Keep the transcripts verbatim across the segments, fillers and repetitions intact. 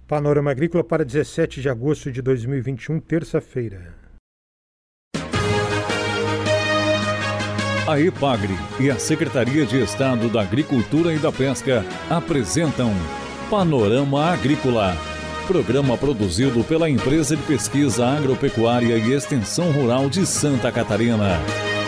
Panorama Agrícola para dezessete de agosto de dois mil e vinte e um, terça-feira. A EPAGRE e a Secretaria de Estado da Agricultura e da Pesca apresentam Panorama Agrícola, programa produzido pela Empresa de Pesquisa Agropecuária e Extensão Rural de Santa Catarina.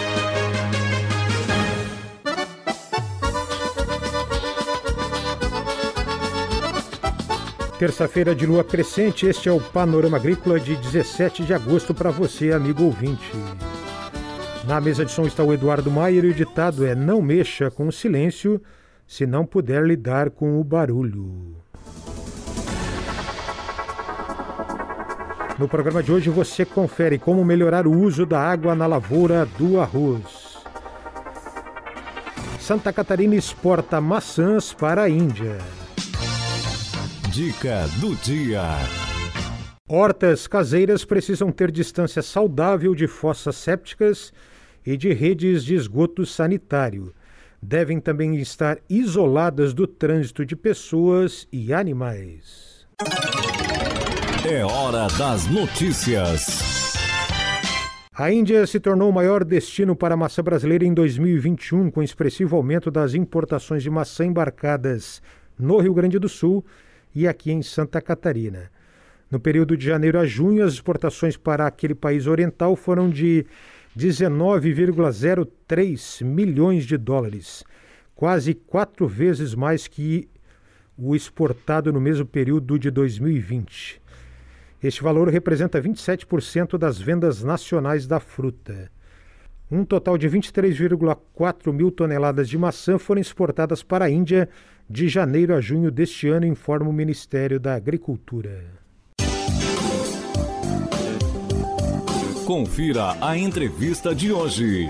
Terça-feira de lua crescente, este é o Panorama Agrícola de dezessete de agosto para você, amigo ouvinte. Na mesa de som está o Eduardo Maier e o ditado é: não mexa com o silêncio se não puder lidar com o barulho. No programa de hoje você confere como melhorar o uso da água na lavoura do arroz. Santa Catarina exporta maçãs para a Índia. Dica do dia. Hortas caseiras precisam ter distância saudável de fossas sépticas e de redes de esgoto sanitário. Devem também estar isoladas do trânsito de pessoas e animais. É hora das notícias. A Índia se tornou o maior destino para a maçã brasileira em dois mil e vinte e um, com expressivo aumento das importações de maçã embarcadas no Rio Grande do Sul e aqui em Santa Catarina. No período de janeiro a junho, as exportações para aquele país oriental foram de dezenove vírgula zero três milhões de dólares, quase quatro vezes mais que o exportado no mesmo período de dois mil e vinte. Este valor representa vinte e sete por cento das vendas nacionais da fruta. Um total de vinte e três vírgula quatro mil toneladas de maçã foram exportadas para a Índia de janeiro a junho deste ano, informa o Ministério da Agricultura. Confira a entrevista de hoje.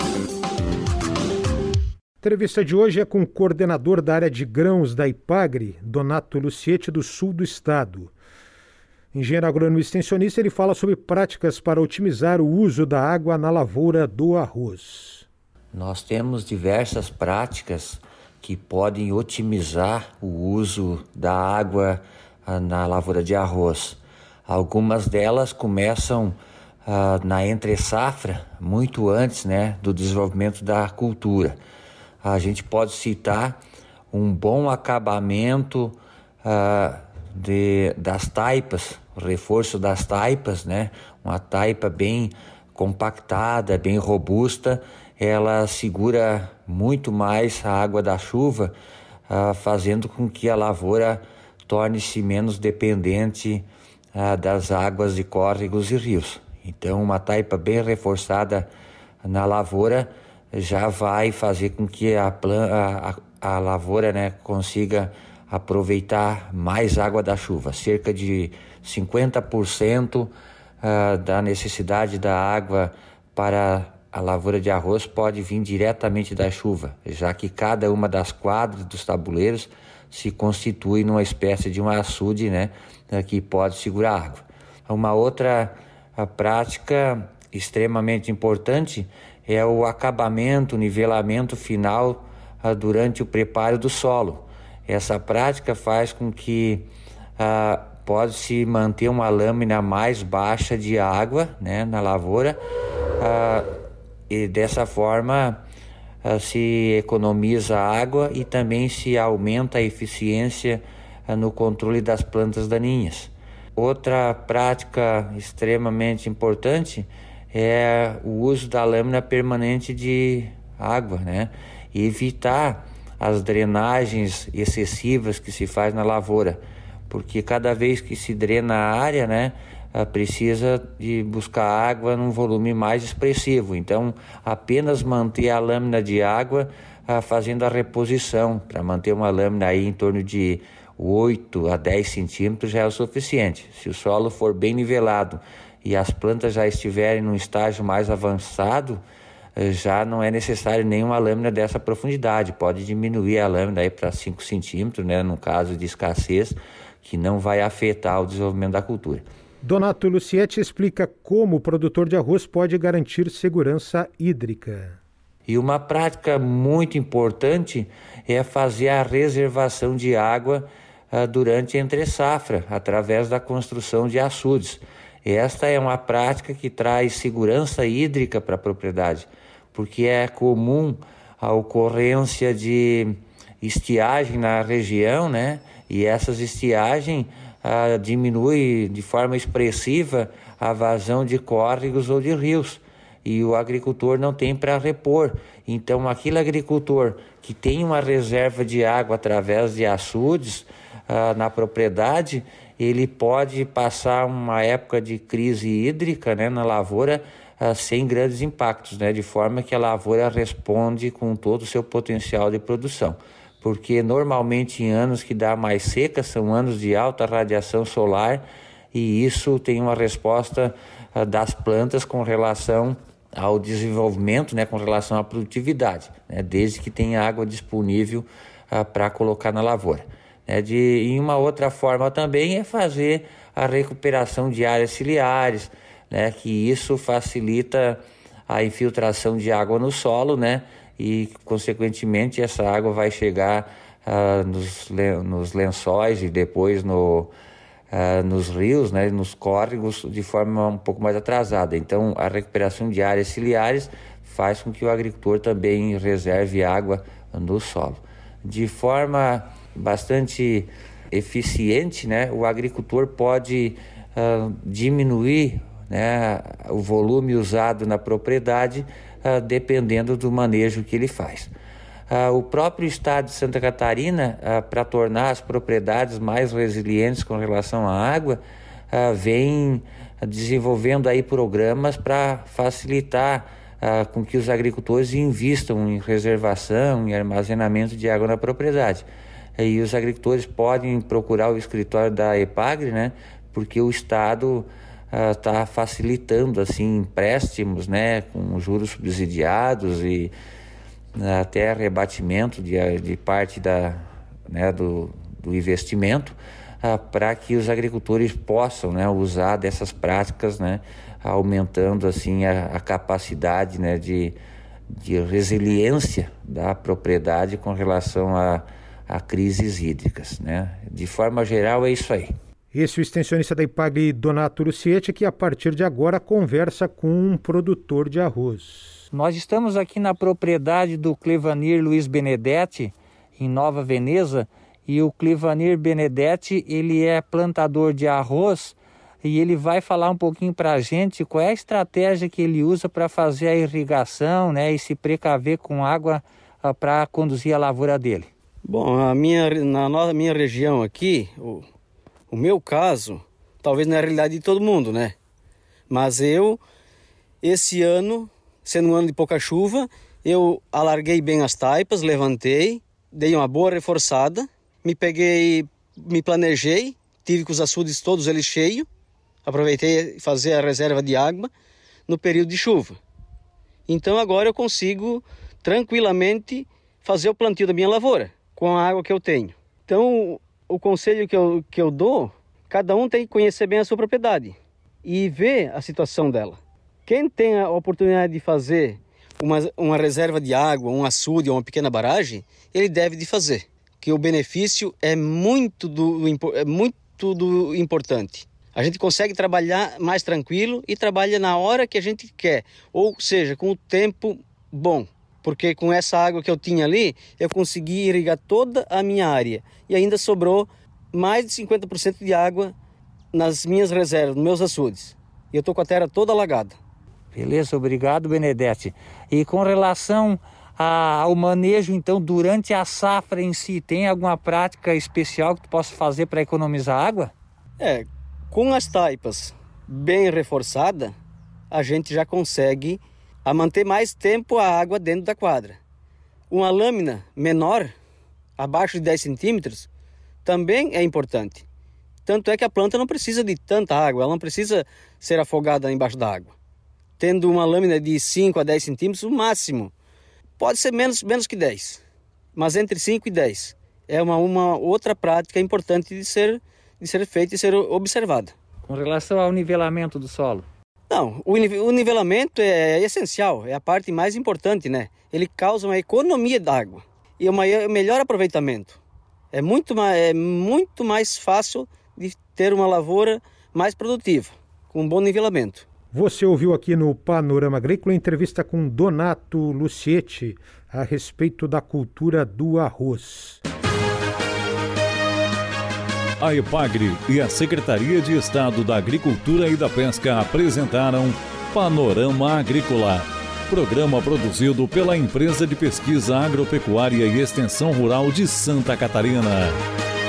A entrevista de hoje é com o coordenador da área de grãos da EPAGRE, Donato Lucietti, do sul do estado. Engenheiro agrônomo extensionista, ele fala sobre práticas para otimizar o uso da água na lavoura do arroz. Nós temos diversas práticas que podem otimizar o uso da água na lavoura de arroz. Algumas delas começam uh, na entre-safra, muito antes, né, do desenvolvimento da cultura. A gente pode citar um bom acabamento uh, de, das taipas, o reforço das taipas, né, uma taipa bem compactada, bem robusta. Ela segura muito mais a água da chuva, uh, fazendo com que a lavoura torne-se menos dependente uh, das águas de córregos e rios. Então, uma taipa bem reforçada na lavoura já vai fazer com que a, plan- a, a, a lavoura, né, consiga aproveitar mais água da chuva. Cerca de cinquenta por cento uh, da necessidade da água para a lavoura de arroz pode vir diretamente da chuva, já que cada uma das quadras dos tabuleiros se constitui numa espécie de um açude, né, que pode segurar água. Uma outra a prática extremamente importante é o acabamento, o nivelamento final uh, durante o preparo do solo. Essa prática faz com que uh, pode-se manter uma lâmina mais baixa de água, né, na lavoura, uh, e dessa forma uh, se economiza água e também se aumenta a eficiência uh, no controle das plantas daninhas. Outra prática extremamente importante é o uso da lâmina permanente de água, né? E evitar as drenagens excessivas que se faz na lavoura, porque cada vez que se drena a área, né, precisa de buscar água num volume mais expressivo. Então, apenas manter a lâmina de água fazendo a reposição, para manter uma lâmina aí em torno de oito a dez centímetros já é o suficiente. Se o solo for bem nivelado e as plantas já estiverem num estágio mais avançado, já não é necessário nenhuma lâmina dessa profundidade. Pode diminuir a lâmina aí para cinco centímetros, né, no caso de escassez, que não vai afetar o desenvolvimento da cultura. Donato Lucietti explica como o produtor de arroz pode garantir segurança hídrica. E uma prática muito importante é fazer a reservação de água uh, durante a entre-safra, através da construção de açudes. Esta é uma prática que traz segurança hídrica para a propriedade, porque é comum a ocorrência de estiagem na região, né? E essas estiagens ah, diminuem de forma expressiva a vazão de córregos ou de rios, e o agricultor não tem para repor. Então, aquele agricultor que tem uma reserva de água através de açudes ah, na propriedade, ele pode passar uma época de crise hídrica, né, na lavoura, uh, sem grandes impactos, né, de forma que a lavoura responde com todo o seu potencial de produção. Porque normalmente em anos que dá mais seca, são anos de alta radiação solar, e isso tem uma resposta uh, das plantas com relação ao desenvolvimento, né, com relação à produtividade, né, desde que tenha água disponível uh, para colocar na lavoura. É de, e uma outra forma também é fazer a recuperação de áreas ciliares, né, que isso facilita a infiltração de água no solo, né, e consequentemente essa água vai chegar uh, nos, nos lençóis e depois no, uh, nos rios, né, nos córregos de forma um pouco mais atrasada. Então a recuperação de áreas ciliares faz com que o agricultor também reserve água no solo. De forma bastante eficiente, né, o agricultor pode uh, diminuir, né, o volume usado na propriedade, uh, dependendo do manejo que ele faz. Uh, o próprio estado de Santa Catarina, uh, para tornar as propriedades mais resilientes com relação à água, uh, vem desenvolvendo aí programas para facilitar uh, com que os agricultores invistam em reservação, em armazenamento de água na propriedade. E os agricultores podem procurar o escritório da EPAGRE, né, porque o Estado está uh, facilitando assim, empréstimos, né, com juros subsidiados e uh, até rebatimento de, de parte da, né, do, do investimento, uh, para que os agricultores possam, né, usar dessas práticas, né, aumentando assim, a, a capacidade, né, de, de resiliência da propriedade com relação a a crises hídricas, né? De forma geral é isso aí. Esse é o extensionista da EPAGRE, Donato Lucietti, que a partir de agora conversa com um produtor de arroz. Nós estamos aqui na propriedade do Clevanir Luiz Benedetti, em Nova Veneza, e o Clevanir Benedetti, ele é plantador de arroz, e ele vai falar um pouquinho para a gente qual é a estratégia que ele usa para fazer a irrigação, né, e se precaver com água uh, para conduzir a lavoura dele. Bom, a minha, na nossa, minha região aqui, o, o meu caso, talvez não é a realidade de todo mundo, né? Mas eu, esse ano, sendo um ano de pouca chuva, eu alarguei bem as taipas, levantei, dei uma boa reforçada, me peguei, me planejei, tive com os açudes todos eles cheios, aproveitei fazer a reserva de água no período de chuva. Então agora eu consigo tranquilamente fazer o plantio da minha lavoura com a água que eu tenho. Então, o conselho que eu, que eu dou, cada um tem que conhecer bem a sua propriedade e ver a situação dela. Quem tem a oportunidade de fazer uma, uma reserva de água, um açude ou uma pequena barragem, ele deve de fazer, que o benefício é muito, do, é muito do importante. A gente consegue trabalhar mais tranquilo e trabalha na hora que a gente quer, ou seja, com o tempo bom. Porque com essa água que eu tinha ali, eu consegui irrigar toda a minha área. E ainda sobrou mais de cinquenta por cento de água nas minhas reservas, nos meus açudes. E eu estou com a terra toda alagada. Beleza, obrigado, Benedetti. E com relação a, ao manejo, então, durante a safra em si, tem alguma prática especial que tu possa fazer para economizar água? É, com as taipas bem reforçadas, a gente já consegue a manter mais tempo a água dentro da quadra. Uma lâmina menor, abaixo de dez centímetros, também é importante. Tanto é que a planta não precisa de tanta água, ela não precisa ser afogada embaixo da água. Tendo uma lâmina de cinco a dez centímetros, o máximo. Pode ser menos, menos que dez, mas entre cinco e dez. É uma, uma outra prática importante de ser, de ser feita e ser observada. Com relação ao nivelamento do solo? Não, o nivelamento é essencial, é a parte mais importante, né? Ele causa uma economia d'água e um melhor aproveitamento. É muito mais, é muito mais fácil de ter uma lavoura mais produtiva, com um bom nivelamento. Você ouviu aqui no Panorama Agrícola entrevista com Donato Lucietti a respeito da cultura do arroz. A EPAGRE e a Secretaria de Estado da Agricultura e da Pesca apresentaram Panorama Agrícola, programa produzido pela Empresa de Pesquisa Agropecuária e Extensão Rural de Santa Catarina.